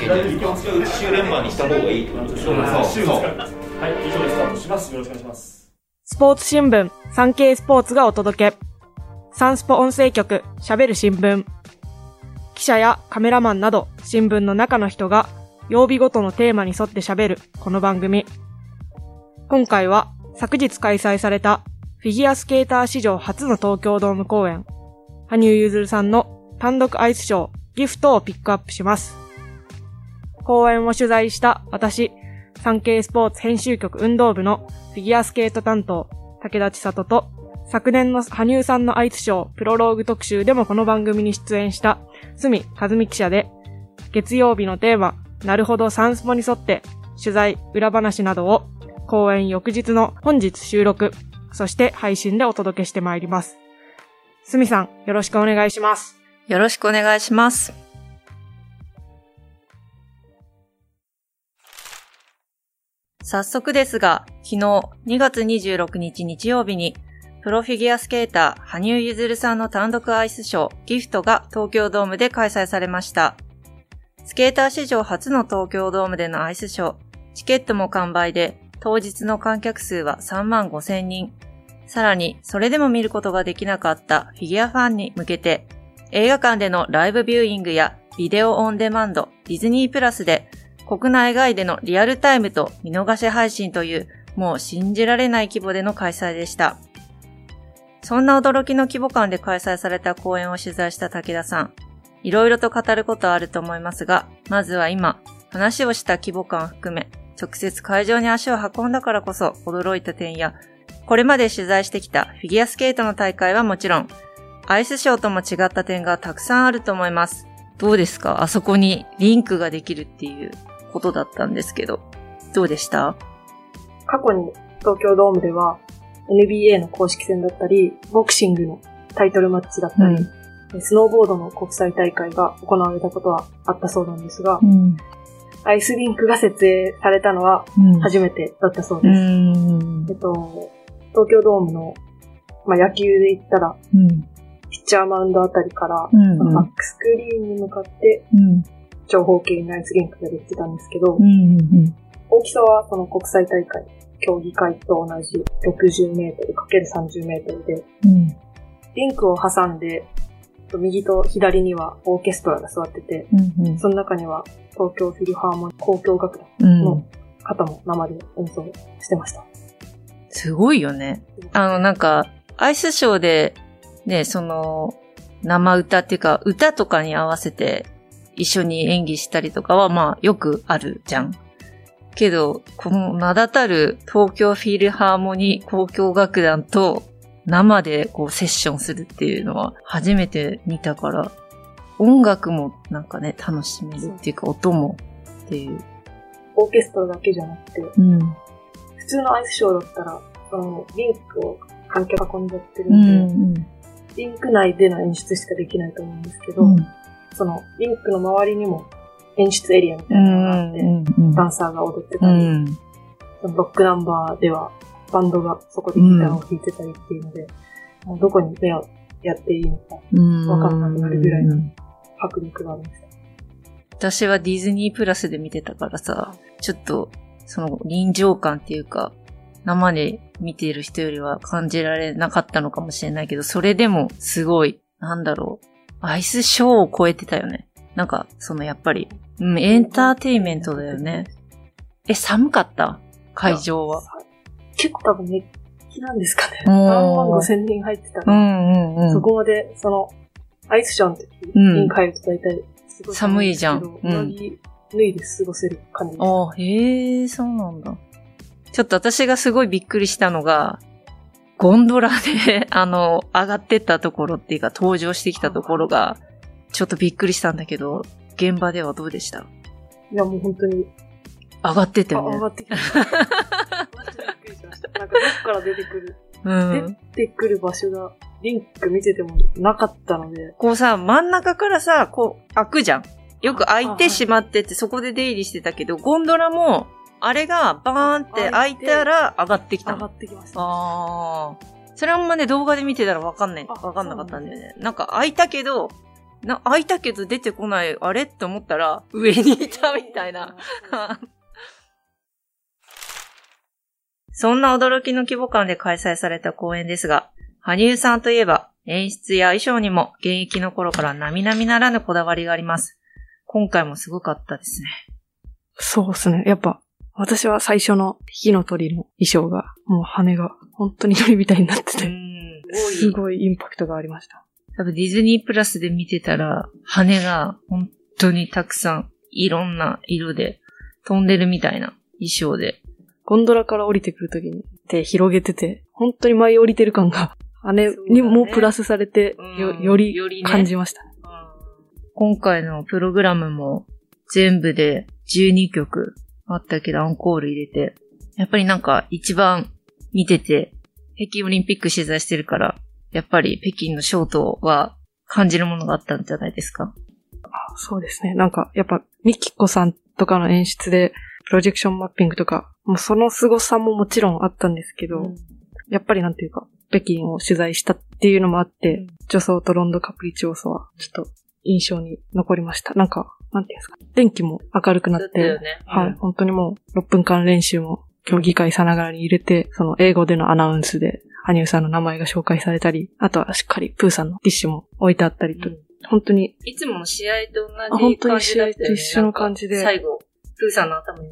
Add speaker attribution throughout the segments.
Speaker 1: 週連番にした方がいいってことでしょ。そう。はい、以上で
Speaker 2: スタートします。よろしくお願いします。
Speaker 3: スポーツ新聞、サンケイスポーツがお届け。サンスポ音声局、喋る新聞。記者やカメラマンなど、新聞の中の人が、曜日ごとのテーマに沿って喋る、この番組。今回は、昨日開催された、フィギュアスケーター史上初の東京ドーム公演、羽生結弦さんの単独アイスショー、ギフトをピックアップします。公演を取材した私、サンケイスポーツ編集局運動部のフィギュアスケート担当、武田千里と、昨年の羽生さんのアイスショープロローグ特集でもこの番組に出演した角和美記者で、月曜日のテーマ、なるほどサンスポに沿って取材、裏話などを公演翌日の本日収録、そして配信でお届けしてまいります。角さん、よろしくお願いします。
Speaker 4: よろしくお願いします。早速ですが、昨日2月26日日曜日にプロフィギュアスケーター羽生結弦さんの単独アイスショーギフトが東京ドームで開催されました。スケーター史上初の東京ドームでのアイスショー、チケットも完売で当日の観客数は35,000人。さらにそれでも見ることができなかったフィギュアファンに向けて映画館でのライブビューイングやビデオオンデマンド、ディズニープラスで国内外でのリアルタイムと見逃し配信というもう信じられない規模での開催でした。そんな驚きの規模感で開催された公演を取材した武田さん。いろいろと語ることはあると思いますが、まずは今、話をした規模感を含め、直接会場に足を運んだからこそ驚いた点や、これまで取材してきたフィギュアスケートの大会はもちろん、アイスショーとも違った点がたくさんあると思います。どうですか？あそこにリンクができるっていうことだったんですけど、どうでした？
Speaker 3: 過去に東京ドームでは、NBA の公式戦だったり、ボクシングのタイトルマッチだったり、スノーボードの国際大会が行われたことはあったそうなんですが、アイスリンクが設営されたのは初めてだったそうです。東京ドームの、野球で言ったら、ピッチャーマウンドあたりから、バックスクリーンに向かって、長方形にアイスリンクができてたんですけど、大きさはその国際大会、競技会と同じ60メートル ×30 メートルで、リンクを挟んで、右と左にはオーケストラが座ってて、その中には東京フィルハーモニー交響楽団の方も生で演奏してました。
Speaker 4: すごいよね。なんか、アイスショーで、ね、その、生歌っていうか、歌とかに合わせて一緒に演技したりとかは、よくあるじゃん。けど、この名だたる東京フィルハーモニー交響楽団と生でこうセッションするっていうのは初めて見たから、音楽もなんかね、楽しめるっていうか、音もっていう。
Speaker 3: オーケストラだけじゃなくて、普通のアイスショーだったら、リンクを観客運んじゃってるんで、リンク内での演出しかできないと思うんですけど、そのリンクの周りにも演出エリアみたいなのがあって、ダンサーが踊ってたり、そのロックナンバーではバンドがそこでギターを弾いてたりっていうので、どこに目をやっていいのかわかんなくなるぐらいの迫力がありました。
Speaker 4: 私はディズニープラスで見てたからさ、ちょっとその臨場感っていうか、生で見ている人よりは感じられなかったのかもしれないけど、それでもすごい、アイスショーを超えてたよね。なんか、やっぱり、エンターテイメントだよね。寒かった？会場は。
Speaker 3: 結構多分熱気なんですかね。35,000人入ってたら、そこまで、アイスショーの時に入ると大体、すごい
Speaker 4: 寒いじゃん。
Speaker 3: 上着脱いで過ごせる感じです。
Speaker 4: へえ、そうなんだ。ちょっと私がすごいびっくりしたのが、ゴンドラで、上がってったところっていうか、登場してきたところが、ちょっとびっくりしたんだけど、現場ではどうでした？
Speaker 3: いや、もう本当に。
Speaker 4: 上がってたよね。
Speaker 3: 上がってきた。びっくりしました。なんかどっから出てくる。出てくる場所が、リンク見ててもなかったので。
Speaker 4: こうさ、真ん中からさ、こう、開くじゃん。よく開いてしまってて、そこで出入りしてたけど、ゴンドラも、あれがバーンって開いたら上がってきたの。
Speaker 3: 上がってきました。
Speaker 4: それはね、動画で見てたらわかんなかったんだよね。なんか開いたけど、 開いたけど出てこない、あれって思ったら、上にいたみたいな。そんな驚きの規模感で開催された公演ですが、羽生さんといえば、演出や衣装にも現役の頃から並々ならぬこだわりがあります。今回もすごかったですね。
Speaker 3: そうですね。やっぱ、私は最初の火の鳥の衣装が、もう羽が本当に鳥みたいになってて、すごいインパクトがありました。
Speaker 4: 多分ディズニープラスで見てたら、羽が本当にたくさんいろんな色で飛んでるみたいな衣装で。
Speaker 3: ゴンドラから降りてくるときに手広げてて、本当に舞い降りてる感が羽にもプラスされて、より感じましたね。
Speaker 4: 今回のプログラムも全部で12曲あったけどアンコール入れて、やっぱりなんか一番見てて、北京オリンピック取材してるから、やっぱり北京のショートは感じるものがあったんじゃないですか？
Speaker 3: そうですね。なんかやっぱミキコさんとかの演出でプロジェクションマッピングとか、もうその凄さももちろんあったんですけど、やっぱりなんていうか、北京を取材したっていうのもあって、女装とロンドカプリチオーソはちょっと印象に残りました。なんか、なんていうんですか、電気も明るくなって、はい、本当にもう6分間練習も競技会さながらに入れて、その英語でのアナウンスで羽生さんの名前が紹介されたり、あとはしっかりプーさんのティッシュも置いてあったりと、本当に。
Speaker 4: いつもの試合と同じ感じだったよね。
Speaker 3: 本当に試合と一緒の感じで。
Speaker 4: 最後、プーさんの頭に握って、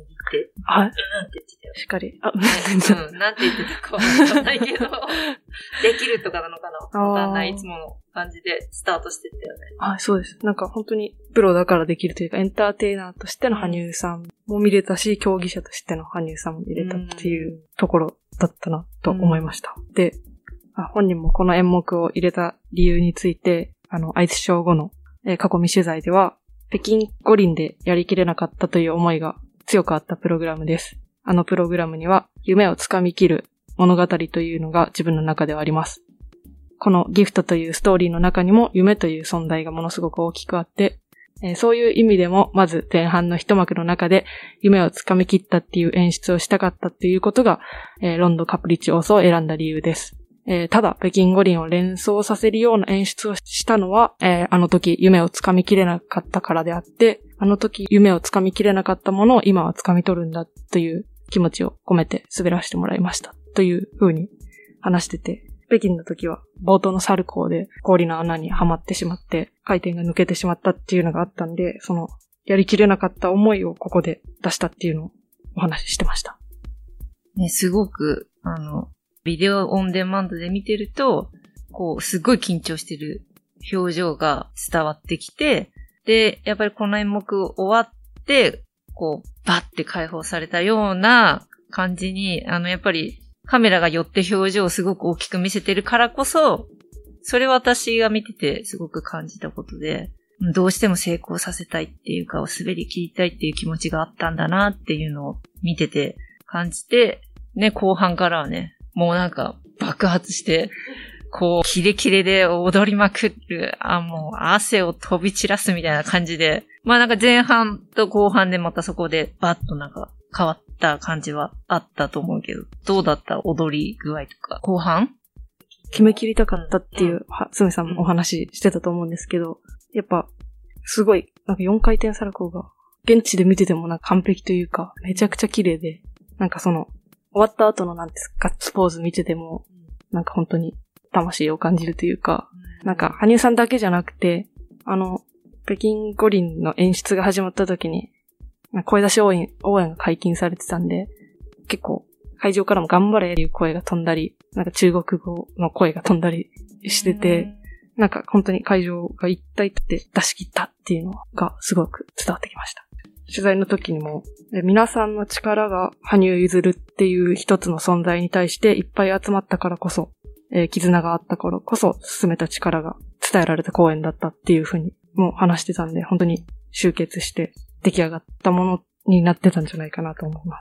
Speaker 3: はい。
Speaker 4: って言ってたよ。
Speaker 3: しっかり。
Speaker 4: なんて言ってたかわかんないけど、できるとかなのかなわかんない。いつもの感じでスタートしてったよね。
Speaker 3: はい、そうです。なんか本当にプロだからできるというか、エンターテイナーとしての羽生さんも見れたし、競技者としての羽生さんも見れたっていうところだったなと思いました。で、本人もこの演目を入れた理由について、アイスショー後の過去見取材では、北京五輪でやりきれなかったという思いが強くあったプログラムです。プログラムには夢をつかみきる物語というのが自分の中ではあります。このギフトというストーリーの中にも夢という存在がものすごく大きくあって、そういう意味でもまず前半の一幕の中で夢をつかみきったっていう演出をしたかったっていうことが、ロンドカプリチオーソを選んだ理由です。ただ、北京五輪を連想させるような演出をしたのは、あの時夢をつかみきれなかったからであって、あの時夢をつかみきれなかったものを今はつかみ取るんだという気持ちを込めて滑らせてもらいましたという風に話してて、北京の時は冒頭のサルコーで氷の穴にはまってしまって回転が抜けてしまったっていうのがあったんで、そのやりきれなかった思いをここで出したっていうのをお話ししてました。
Speaker 4: ね、すごく、ビデオオンデマンドで見てると、こう、すごい緊張してる表情が伝わってきて、で、やっぱりこの演目終わって、こう、バッて解放されたような感じに、やっぱりカメラが寄って表情をすごく大きく見せてるからこそ、それは私が見ててすごく感じたことで、どうしても成功させたいっていうか、滑り切りたいっていう気持ちがあったんだなっていうのを見てて感じて、ね、後半からはね、もうなんか爆発して、こう、キレキレで踊りまくる、もう汗を飛び散らすみたいな感じで、まあなんか前半と後半でまたそこでバッとなんか変わった感じはあったと思うけど、どうだった踊り具合とか、後半
Speaker 3: 決め切りたかったっていう、すみさんもお話ししてたと思うんですけど、やっぱ、すごい、なんか4回転サルコーが、現地で見ててもなんか完璧というか、めちゃくちゃ綺麗で、なんかその、終わった後のなんですか、ガッツポーズ見てても、なんか本当に魂を感じるというか、なんか羽生さんだけじゃなくて、北京五輪の演出が始まった時に、声出し応援が解禁されてたんで、結構会場からも頑張れっていう声が飛んだり、なんか中国語の声が飛んだりしてて、なんか本当に会場が一体とって出し切ったっていうのがすごく伝わってきました。取材の時にも、皆さんの力が羽生結弦っていう一つの存在に対していっぱい集まったからこそ、絆があったからこそ進めた力が伝えられた公演だったっていうふうにも話してたんで、本当に集結して出来上がったものになってたんじゃないかなと思います。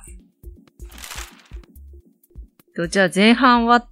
Speaker 4: じゃあ前半終わって、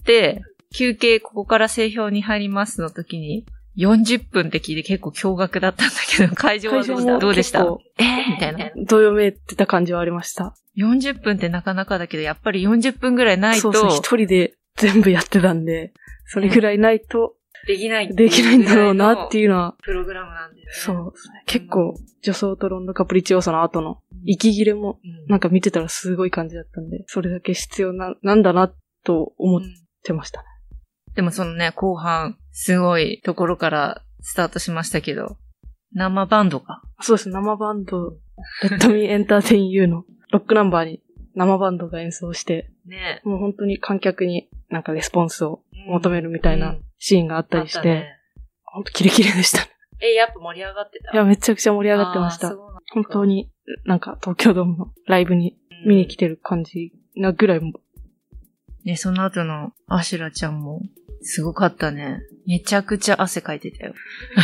Speaker 4: 休憩ここから整氷に入りますの時に、40分って聞いて結構驚愕だったんだけど、会場はどうでしたみたいな。
Speaker 3: どよめいてた感じはありました。
Speaker 4: 40分ってなかなかだけど、やっぱり40分ぐらいないと。
Speaker 3: そうそう、一人で全部やってたんで、それぐらいないと、
Speaker 4: できない
Speaker 3: んだろうなっていうのは。
Speaker 4: プログラムなんでね。
Speaker 3: そうですね。結構、女装とロンドカプリチオーソの後の息切れも、なんか見てたらすごい感じだったんで、それだけ必要なんだなと思ってましたね。
Speaker 4: でもそのね、後半、すごいところからスタートしましたけど、生バンドか。
Speaker 3: そうです。生バンド、Let Me Entertain You のロックナンバーに生バンドが演奏して、
Speaker 4: ね、
Speaker 3: もう本当に観客になんかレスポンスを求めるみたいなシーンがあったりして、ね、本当キレキレでしたね。
Speaker 4: やっぱ盛り上がってた？
Speaker 3: いや、めちゃくちゃ盛り上がってました。本当になんか東京ドームのライブに見に来てる感じなぐらいも。
Speaker 4: ね、その後のアシュラちゃんもすごかったね。めちゃくちゃ汗かいてたよ。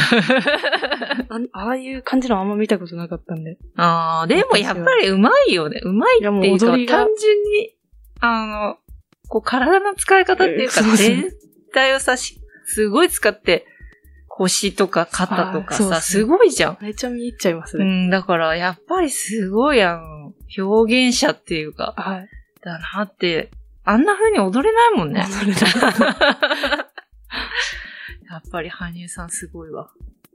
Speaker 3: ああいう感じのあんま見たことなかったんで。
Speaker 4: でもやっぱりうまいよね。うまいっていうか、単純に、こう体の使い方っていうか、全体をさ、すごい使って、腰とか肩とかさ、すごいじゃん。
Speaker 3: めちゃ見入っちゃいますね。
Speaker 4: だからやっぱりすごい表現者っていうか、
Speaker 3: はい。
Speaker 4: だなって、あんな風に踊れないもんね。
Speaker 3: 踊れない。
Speaker 4: やっぱり羽生さんすごいわ。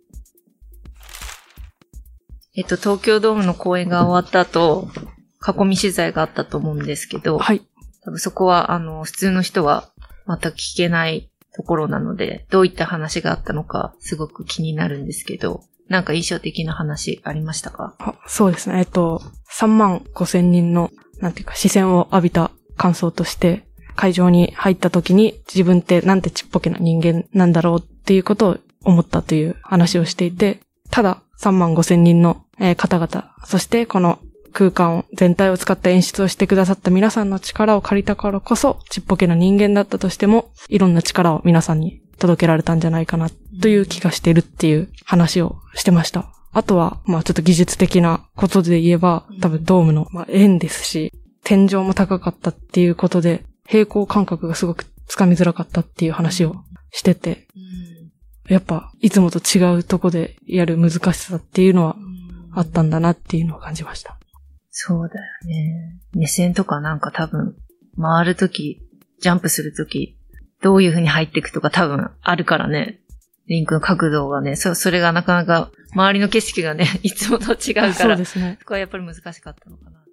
Speaker 4: 東京ドームの公演が終わった後、囲み取材があったと思うんですけど、
Speaker 3: はい。
Speaker 4: 多分そこは、普通の人はまた聞けないところなので、どういった話があったのか、すごく気になるんですけど、なんか印象的な話ありましたか？
Speaker 3: そうですね。35,000人の、なんていうか、視線を浴びた感想として、会場に入った時に自分ってなんてちっぽけな人間なんだろうっていうことを思ったという話をしていて、ただ35,000人の方々、そしてこの空間全体を使った演出をしてくださった皆さんの力を借りたからこそ、ちっぽけな人間だったとしても、いろんな力を皆さんに届けられたんじゃないかなという気がしているっていう話をしてました。あとは、ちょっと技術的なことで言えば、多分ドームの円ですし、天井も高かったっていうことで、平行感覚がすごくつかみづらかったっていう話をしてて、やっぱいつもと違うとこでやる難しさっていうのはあったんだなっていうのを感じました。
Speaker 4: そうだよね。目線とかなんか多分回るとき、ジャンプするとき、どういう風に入っていくとか多分あるからね。リンクの角度がね、それがなかなか周りの景色がね、いつもと違うから、
Speaker 3: そうですね。
Speaker 4: そこはやっぱり難しかったのかな。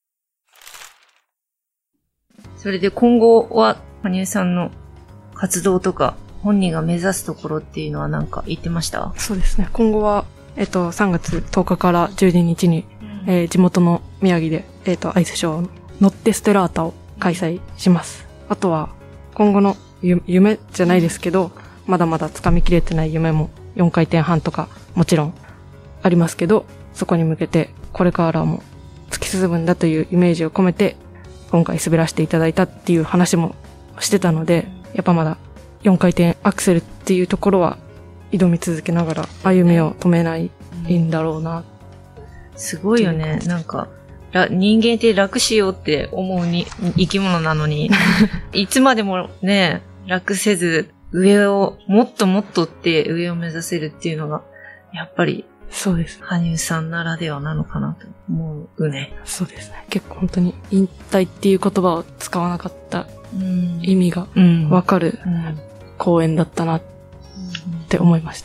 Speaker 4: それで今後は、羽生さんの活動とか、本人が目指すところっていうのは何か言ってました？
Speaker 3: そうですね。今後は、3月10日から12日に、地元の宮城で、アイスショー、ノッテステラータを開催します。あとは、今後の夢じゃないですけど、まだまだ掴みきれてない夢も4回転半とかもちろんありますけど、そこに向けてこれからも突き進むんだというイメージを込めて、今回滑らせていただいたっていう話もしてたので、やっぱまだ4回転アクセルっていうところは挑み続けながら歩みを止めないんだろうな。
Speaker 4: すごいよね。なんか、人間って楽しようって思う生き物なのに、いつまでもね、楽せず、上を、もっともっとって上を目指せるっていうのが、やっぱり、
Speaker 3: そうです。
Speaker 4: 羽生さんならではなのかなと思うね。
Speaker 3: そうですね。結構本当に引退っていう言葉を使わなかった意味がわかる公演だったなって思いました。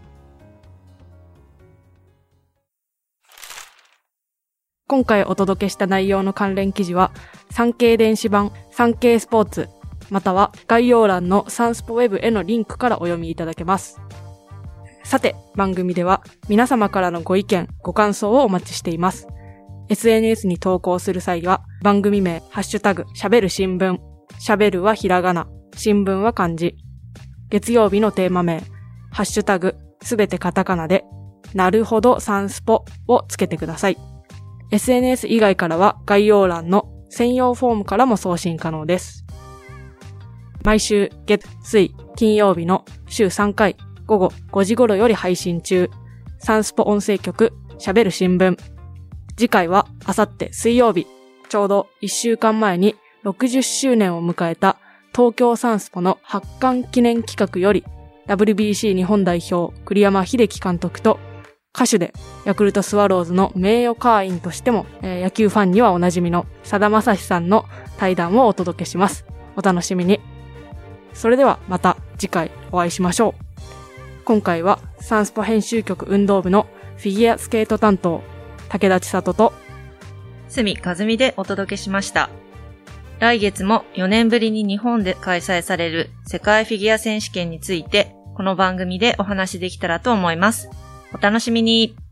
Speaker 3: 今回お届けした内容の関連記事は、産経電子版産経スポーツ、または概要欄のサンスポウェブへのリンクからお読みいただけます。さて、番組では皆様からのご意見、ご感想をお待ちしています。SNS に投稿する際は、番組名、ハッシュタグ、しゃべる新聞、しゃべるはひらがな、新聞は漢字。月曜日のテーマ名、ハッシュタグ、すべてカタカナで、なるほどサンスポをつけてください。SNS 以外からは概要欄の専用フォームからも送信可能です。毎週月、水、金曜日の週3回、午後5時頃より配信中。サンスポ音声局、しゃべる新聞。次回はあさって水曜日、ちょうど1週間前に60周年を迎えた東京サンスポの発刊記念企画より WBC 日本代表栗山英樹監督と歌手でヤクルトスワローズの名誉会員としても、野球ファンにはおなじみのさだまさしさんの対談をお届けします。お楽しみに。 それではまた次回お会いしましょう。今回はサンスポ編集局運動部のフィギュアスケート担当、武田千里と
Speaker 4: 角和美でお届けしました。来月も4年ぶりに日本で開催される世界フィギュア選手権について、この番組でお話できたらと思います。お楽しみに。